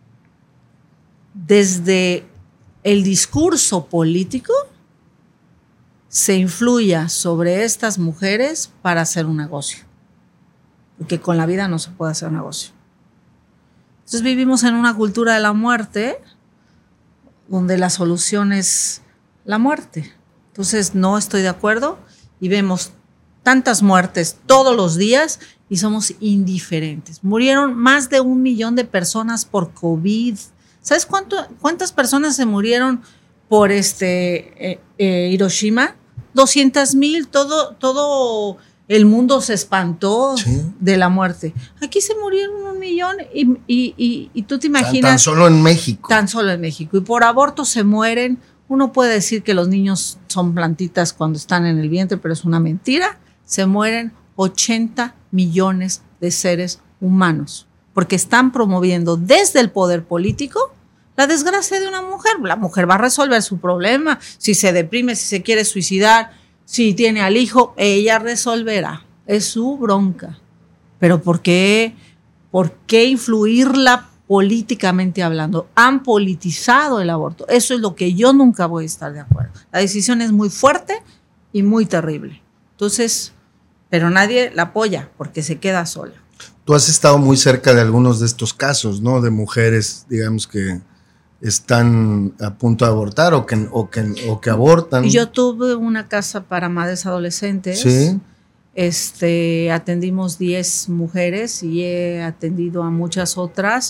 desde el discurso político, se influya sobre estas mujeres para hacer un negocio. Porque con la vida no se puede hacer negocio. Entonces vivimos en una cultura de la muerte, donde la solución es la muerte. Entonces no estoy de acuerdo y vemos tantas muertes todos los días y somos indiferentes. Murieron más de un millón de personas por COVID. ¿Sabes cuánto, cuántas personas se murieron por este eh, eh, Hiroshima? doscientas mil, todo, todo el mundo se espantó sí. de la muerte. Aquí se murieron un millón y, y, y, y tú te imaginas... Tan, tan solo en México. Tan solo en México. Y por aborto se mueren. Uno puede decir que los niños son plantitas cuando están en el vientre, pero es una mentira. Se mueren ochenta millones de seres humanos porque están promoviendo desde el poder político la desgracia de una mujer. La mujer va a resolver su problema. Si se deprime, si se quiere suicidar, Si tiene al hijo, ella resolverá. Es su bronca. Pero ¿por qué, por qué influirla políticamente hablando? Han politizado el aborto. Eso es lo que yo nunca voy a estar de acuerdo. La decisión es muy fuerte y muy terrible. Entonces, pero nadie la apoya porque se queda sola. Tú has estado muy cerca de algunos de estos casos, ¿no? De mujeres, digamos, que están a punto de abortar o que, o que, o que abortan. Yo tuve una casa para madres adolescentes. Sí. Este, atendimos diez mujeres y he atendido a muchas otras.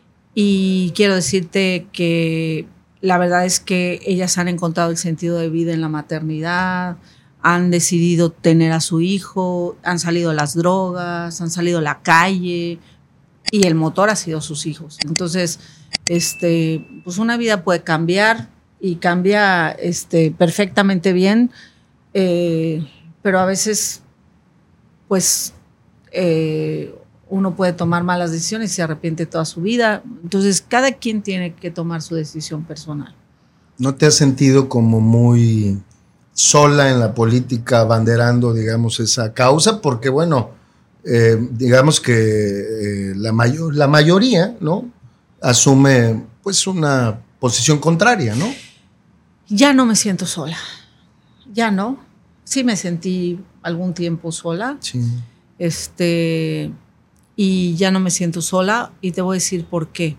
Y quiero decirte que la verdad es que ellas han encontrado el sentido de vida en la maternidad, han decidido tener a su hijo, han salido de las drogas, han salido a la calle y el motor ha sido sus hijos. Entonces, este, pues una vida puede cambiar y cambia este, perfectamente bien, eh, pero a veces, pues, eh, uno puede tomar malas decisiones y se arrepiente toda su vida. Entonces, cada quien tiene que tomar su decisión personal. ¿No te has sentido como muy sola en la política, abanderando, digamos, esa causa? Porque, bueno, eh, digamos que eh, la, mayor, la mayoría, ¿no?, asume, pues, una posición contraria, ¿no? Ya no me siento sola. Ya no. Sí me sentí algún tiempo sola. Sí. Este, y ya no me siento sola. Y te voy a decir por qué.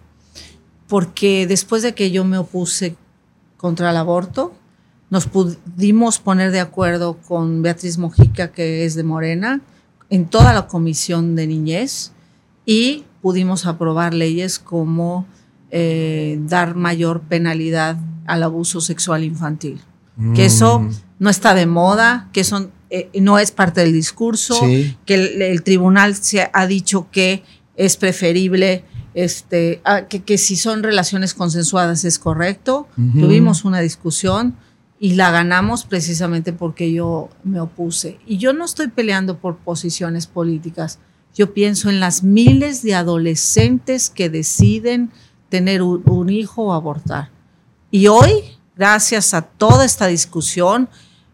Porque después de que yo me opuse contra el aborto, nos pudimos poner de acuerdo con Beatriz Mojica, que es de Morena, en toda la comisión de niñez, y pudimos aprobar leyes como eh, dar mayor penalidad al abuso sexual infantil. Mm. Que eso no está de moda, que eso eh, no es parte del discurso, sí. Que el, el tribunal se ha dicho que es preferible, este, a, que, que si son relaciones consensuadas es correcto. Uh-huh. Tuvimos una discusión y la ganamos precisamente porque yo me opuse. Y yo no estoy peleando por posiciones políticas. Yo pienso en las miles de adolescentes que deciden tener un, un hijo o abortar. Y hoy, gracias a toda esta discusión,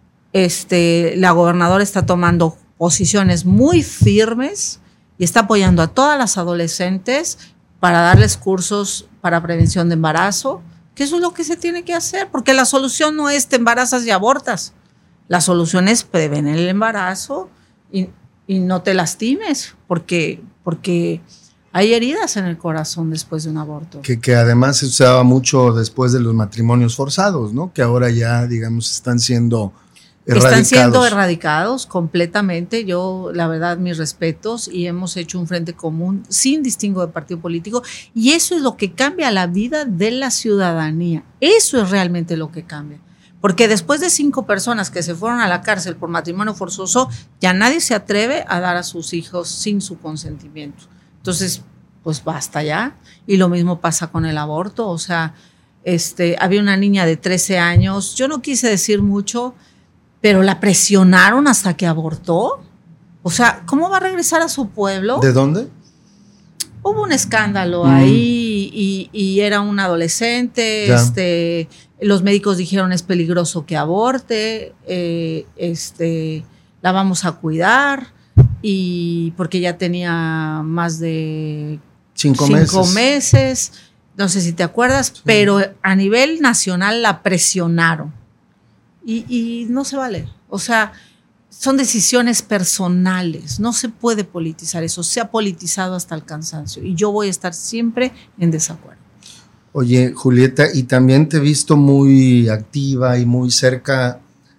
este, la gobernadora está tomando posiciones muy firmes y está apoyando a todas las adolescentes para darles cursos para prevención de embarazo, que eso es lo que se tiene que hacer, porque la solución no es te embarazas y abortas. La solución es prevenir el embarazo y, y no te lastimes, porque, porque hay heridas en el corazón después de un aborto. Que, que además se usaba mucho después de los matrimonios forzados, ¿no? Que ahora ya, digamos, están siendo erradicados. Están siendo erradicados completamente. Yo, la verdad, mis respetos, y hemos hecho un frente común sin distingo de partido político, y eso es lo que cambia la vida de la ciudadanía. Eso es realmente lo que cambia. Porque después de cinco personas que se fueron a la cárcel por matrimonio forzoso, ya nadie se atreve a dar a sus hijos sin su consentimiento. Entonces, pues basta ya. Y lo mismo pasa con el aborto. O sea, este, había una niña de trece años, yo no quise decir mucho, pero la presionaron hasta que abortó. O sea, ¿cómo va a regresar a su pueblo? ¿De dónde? Hubo un escándalo mm. ahí y, y era un adolescente. Este, los médicos dijeron es peligroso que aborte, eh, este, la vamos a cuidar, y porque ya tenía más de cinco, cinco meses. meses. No sé si te acuerdas, sí. Pero a nivel nacional la presionaron. Y, y no se vale. O sea, son decisiones personales. No se puede politizar eso. Se ha politizado hasta el cansancio. Y yo voy a estar siempre en desacuerdo. Oye, Julieta, y también te he visto muy activa y muy cerca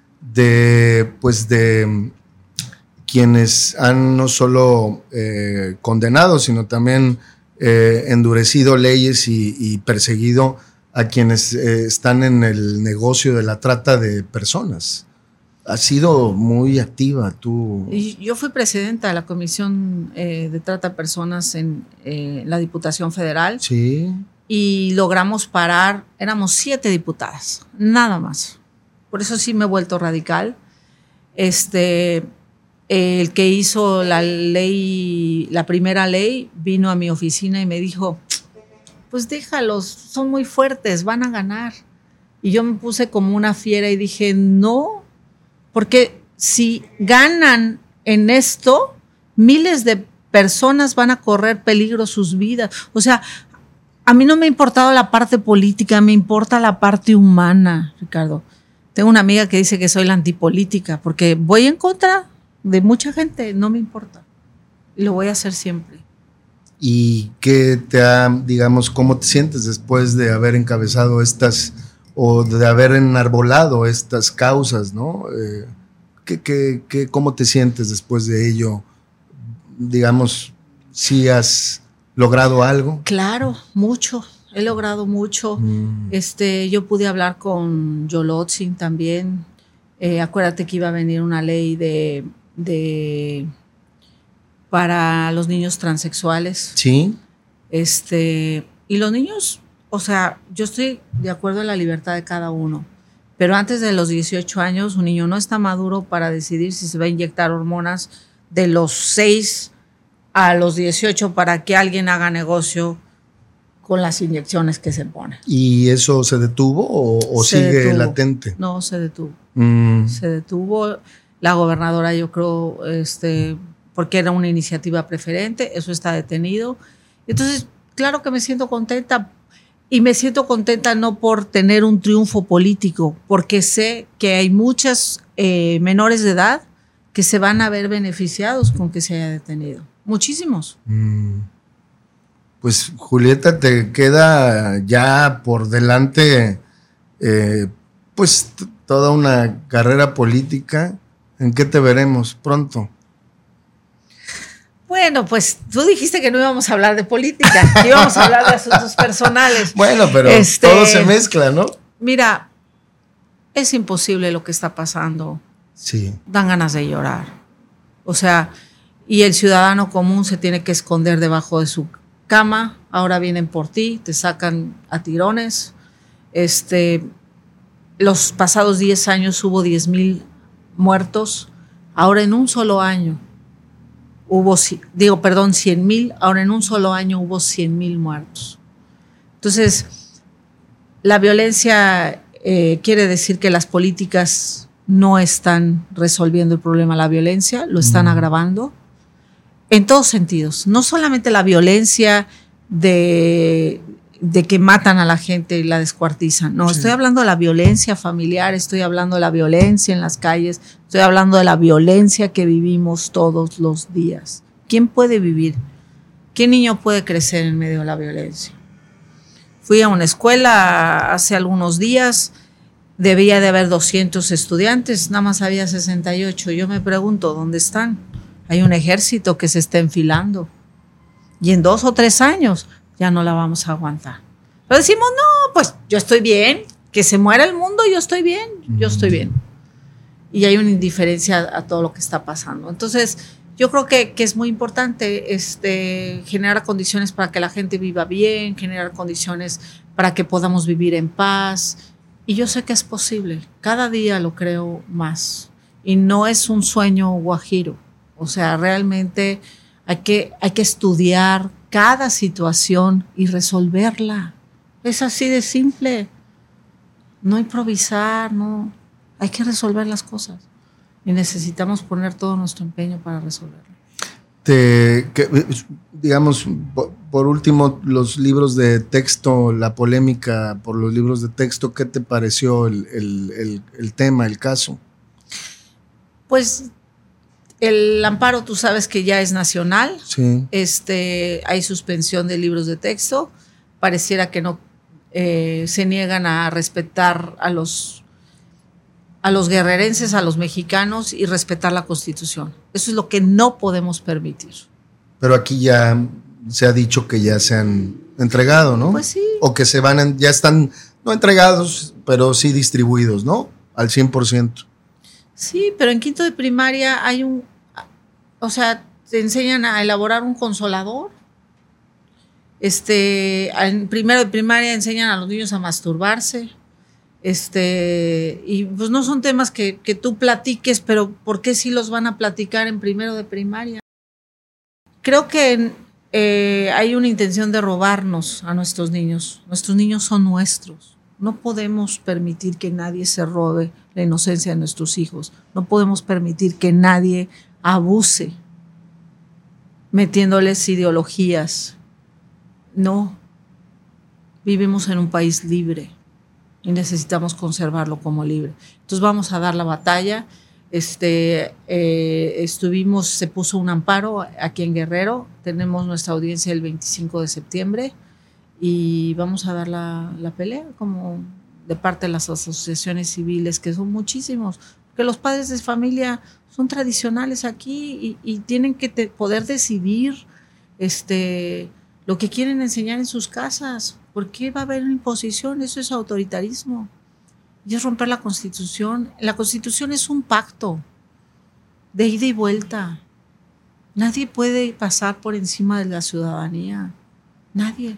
de, pues, de quienes han no solo eh, condenado, sino también eh, endurecido leyes y, y perseguido a quienes eh, están en el negocio de la trata de personas. Has sido muy activa tú. Y yo fui presidenta de la Comisión eh, de Trata de Personas en eh, la Diputación Federal. Sí. Y logramos parar, éramos siete diputadas, nada más. Por eso sí me he vuelto radical. Este, el que hizo la ley, la primera ley, vino a mi oficina y me dijo, pues déjalos, son muy fuertes, van a ganar. Y yo me puse como una fiera y dije, no, Porque si ganan en esto, miles de personas van a correr peligro sus vidas. O sea, a mí no me ha importado la parte política, me importa la parte humana, Ricardo. Tengo una amiga que dice que soy la antipolítica, porque voy en contra de mucha gente, no me importa. Y lo voy a hacer siempre. ¿Y qué te ha, digamos, cómo te sientes después de haber encabezado estas, o de haber enarbolado estas causas, ¿no? Eh, ¿qué, qué, qué, ¿Cómo te sientes después de ello? Digamos, ¿si has logrado algo? Claro, mucho. He logrado mucho. Mm. Este, yo pude hablar con Yolotzin también. Eh, acuérdate que iba a venir una ley de, de para los niños transexuales. Sí. Este, y los niños, o sea, yo estoy de acuerdo en la libertad de cada uno. Pero antes de los dieciocho años, un niño no está maduro para decidir si se va a inyectar hormonas de los seis a los dieciocho para que alguien haga negocio con las inyecciones que se ponen. ¿Y eso se detuvo o, o se sigue detuvo. latente? No, se detuvo. Mm. Se detuvo. La gobernadora, yo creo, este, porque era una iniciativa preferente, eso está detenido. Entonces, claro que me siento contenta. Y me siento contenta no por tener un triunfo político, porque sé que hay muchas eh, menores de edad que se van a ver beneficiados con que se haya detenido. Muchísimos. Mm. Pues, Julieta, te queda ya por delante eh, pues t- toda una carrera política. ¿En qué te veremos pronto? Bueno, pues tú dijiste que no íbamos a hablar de política, que íbamos a hablar de asuntos personales. Bueno, pero este, todo se mezcla, ¿no? Mira, es imposible lo que está pasando. Sí. Dan ganas de llorar. O sea, y el ciudadano común se tiene que esconder debajo de su cama, ahora vienen por ti, te sacan a tirones. Este, los pasados diez años hubo diez mil muertos, ahora en un solo año hubo, digo, perdón, cien mil, ahora en un solo año hubo cien mil muertos. Entonces, la violencia eh, quiere decir que las políticas no están resolviendo el problema de la violencia, lo están mm. agravando. En todos sentidos, no solamente la violencia de, de que matan a la gente y la descuartizan, no, sí. Estoy hablando de la violencia familiar, estoy hablando de la violencia en las calles, estoy hablando de la violencia que vivimos todos los días. ¿Quién puede vivir? ¿Qué niño puede crecer en medio de la violencia? Fui a una escuela hace algunos días, debía de haber doscientos estudiantes, nada más había sesenta y ocho, yo me pregunto, ¿dónde están? Hay un ejército que se está enfilando y en dos o tres años ya no la vamos a aguantar. Pero decimos, no, pues yo estoy bien, que se muera el mundo, yo estoy bien, yo estoy bien. Y hay una indiferencia a todo lo que está pasando. Entonces, yo creo que, que es muy importante este, generar condiciones para que la gente viva bien, generar condiciones para que podamos vivir en paz. Y yo sé que es posible, cada día lo creo más. Y no es un sueño guajiro. O sea, realmente hay que, hay que estudiar cada situación y resolverla. Es así de simple. No improvisar, no. Hay que resolver las cosas. Y necesitamos poner todo nuestro empeño para resolverlo. Te, que, digamos, por, por último, los libros de texto, la polémica por los libros de texto, ¿qué te pareció el, el, el, el tema, el caso? Pues el amparo, tú sabes que ya es nacional. Sí. Este, hay suspensión de libros de texto. Pareciera que no eh, se niegan a respetar a los, a los guerrerenses, a los mexicanos y respetar la Constitución. Eso es lo que no podemos permitir. Pero aquí ya se ha dicho que ya se han entregado, ¿no? Pues sí. O que se van, en, ya están, no entregados, pero sí distribuidos, ¿no? Al cien por ciento. Sí, pero en quinto de primaria hay un, o sea, te enseñan a elaborar un consolador. Este, en primero de primaria enseñan a los niños a masturbarse. Este, y pues no son temas que, que tú platiques, pero ¿por qué sí los van a platicar en primero de primaria? Creo que eh, hay una intención de robarnos a nuestros niños. Nuestros niños son nuestros. No podemos permitir que nadie se robe la inocencia de nuestros hijos. No podemos permitir que nadie abuse metiéndoles ideologías. No. Vivimos en un país libre y necesitamos conservarlo como libre. Entonces vamos a dar la batalla. Este, eh, estuvimos, se puso un amparo aquí en Guerrero. Tenemos nuestra audiencia el veinticinco de septiembre. Y vamos a dar la, la pelea como de parte de las asociaciones civiles, que son muchísimos, que los padres de familia son tradicionales aquí y, y tienen que te, poder decidir este, lo que quieren enseñar en sus casas. ¿Por qué va a haber una imposición? Eso es autoritarismo. Y es romper la Constitución. La Constitución es un pacto de ida y vuelta. Nadie puede pasar por encima de la ciudadanía. Nadie.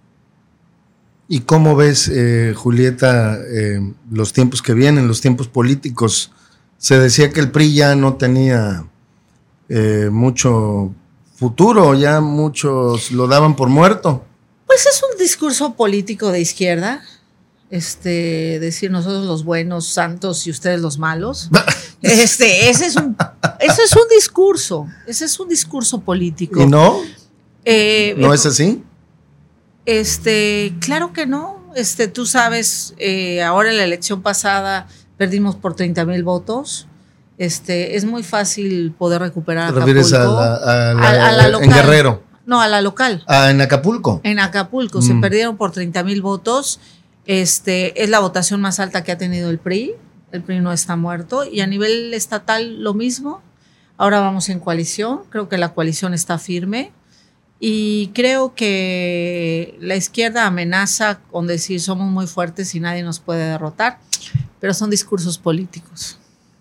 ¿Y cómo ves, eh, Julieta, eh, los tiempos que vienen, los tiempos políticos? Se decía que el P R I ya no tenía eh, mucho futuro, ya muchos lo daban por muerto. Pues es un discurso político de izquierda, este, decir nosotros los buenos, santos y ustedes los malos. este, ese es un, ese es un discurso, ese es un discurso político. ¿Y no? Eh, ¿No eh, es así? Este, claro que no. Este, tú sabes, eh, ahora en la elección pasada perdimos por treinta mil votos. Este, es muy fácil poder recuperar ¿Te refieres Acapulco. a la, a la, A- a la local. en Guerrero? No, a la local. Ah, en Acapulco. En Acapulco Mm. se perdieron por treinta mil votos. Este, es la votación más alta que ha tenido el P R I. El P R I no está muerto. Y a nivel estatal lo mismo. Ahora vamos en coalición. Creo que la coalición está firme. Y creo que la izquierda amenaza con decir somos muy fuertes y nadie nos puede derrotar, pero son discursos políticos.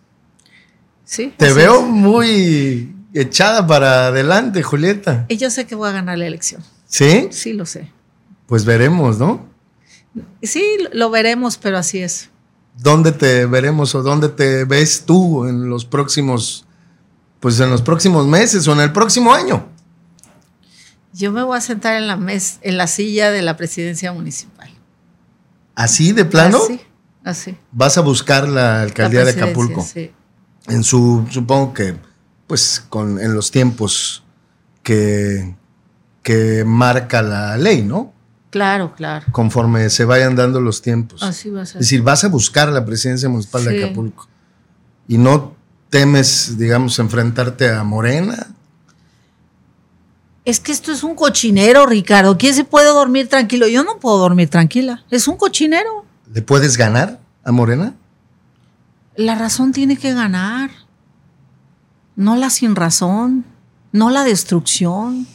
¿Sí? Te Así veo es. muy echada para adelante, Julieta. Y yo sé que voy a ganar la elección. ¿Sí? Sí, lo sé. Pues veremos, ¿no? Sí, lo veremos, pero así es. ¿Dónde te veremos o dónde te ves tú en los próximos, pues en los próximos meses o en el próximo año? Yo me voy a sentar en la mes, en la silla de la presidencia municipal. ¿Así de plano? Así, así. Vas a buscar la alcaldía La de presidencia, Acapulco. sí. En su, supongo que, pues, con, en los tiempos que, que marca la ley, ¿no? Claro, claro. Conforme se vayan dando los tiempos. Así va a ser. Es decir, vas a buscar la presidencia municipal Sí. de Acapulco. Y no temes, digamos, enfrentarte a Morena. Es que esto es un cochinero, Ricardo. ¿Quién se puede dormir tranquilo? Yo no puedo dormir tranquila. Es un cochinero. ¿Le puedes ganar a Morena? La razón tiene que ganar. No la sin razón. No la destrucción.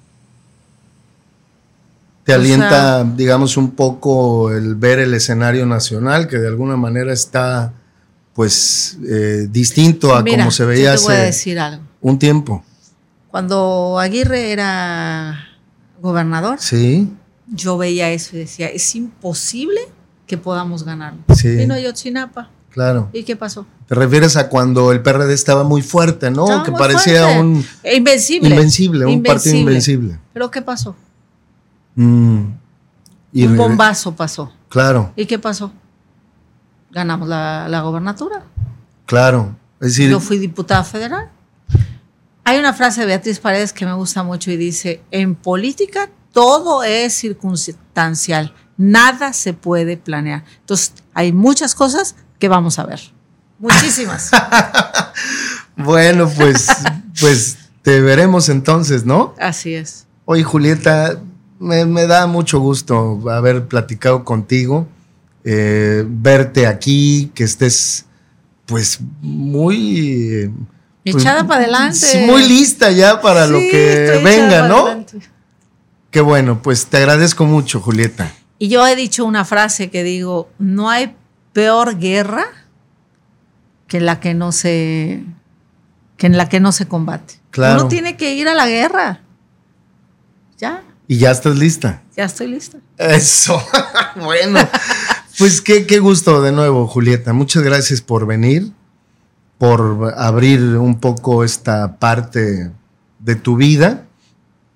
¿Te O alienta, sea, digamos, un poco el ver el escenario nacional, que de alguna manera está, pues, eh, distinto a mira, como se veía yo te voy a hace decir algo. un tiempo? Cuando Aguirre era gobernador, Sí, yo veía eso y decía, es imposible que podamos ganar. Sí. Vino Ayotzinapa. claro. ¿Y qué pasó? Te refieres a cuando el P R D estaba muy fuerte, ¿no? Estaba que muy parecía fuerte. un E Invencible. invencible, un partido invencible. ¿Pero qué pasó? Mm. Y Un re- bombazo pasó. Claro, ¿Y qué pasó? Ganamos la, la gobernatura. claro. Es decir, Yo fui diputada federal. Hay una frase de Beatriz Paredes que me gusta mucho y dice, en política todo es circunstancial, nada se puede planear. Entonces, hay muchas cosas que vamos a ver. Muchísimas. bueno, pues, pues te veremos entonces, ¿no? Así es. Oye, Julieta, me, me da mucho gusto haber platicado contigo, eh, verte aquí, que estés, pues, muy... eh, pues, Echada para adelante. sí, muy lista ya para lo Sí, que estoy echada venga, para ¿no? adelante. Qué bueno, pues te agradezco mucho, Julieta. Y yo he dicho una frase que digo, no hay peor guerra que la que no se que en la que no se combate. Claro. Uno tiene que ir a la guerra. Ya, Y ya estás lista. ya estoy lista. Eso. Bueno, pues qué, qué gusto de nuevo, Julieta. Muchas gracias por venir, por abrir un poco esta parte de tu vida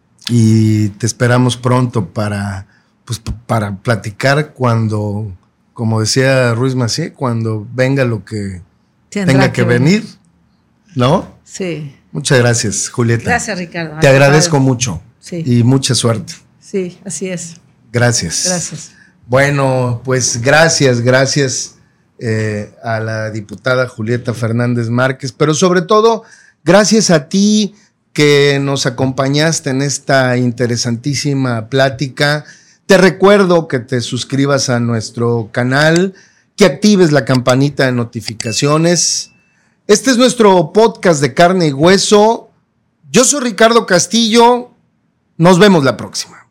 y te esperamos pronto para, pues, p- para platicar cuando como decía Ruiz Massieu, cuando venga lo que Tendrá tenga que, que venir, venir. ¿no? Sí. Muchas gracias, Julieta. Gracias, Ricardo. Te Al agradezco contrario. mucho Sí. y mucha suerte. Sí, así es. Gracias. Gracias. Bueno, pues gracias, gracias eh, a la diputada Julieta Fernández Márquez, pero sobre todo, gracias a ti que nos acompañaste en esta interesantísima plática. Te recuerdo que te suscribas a nuestro canal, que actives la campanita de notificaciones. Este es nuestro podcast de Carne y Hueso. Yo soy Ricardo Castillo. Nos vemos la próxima.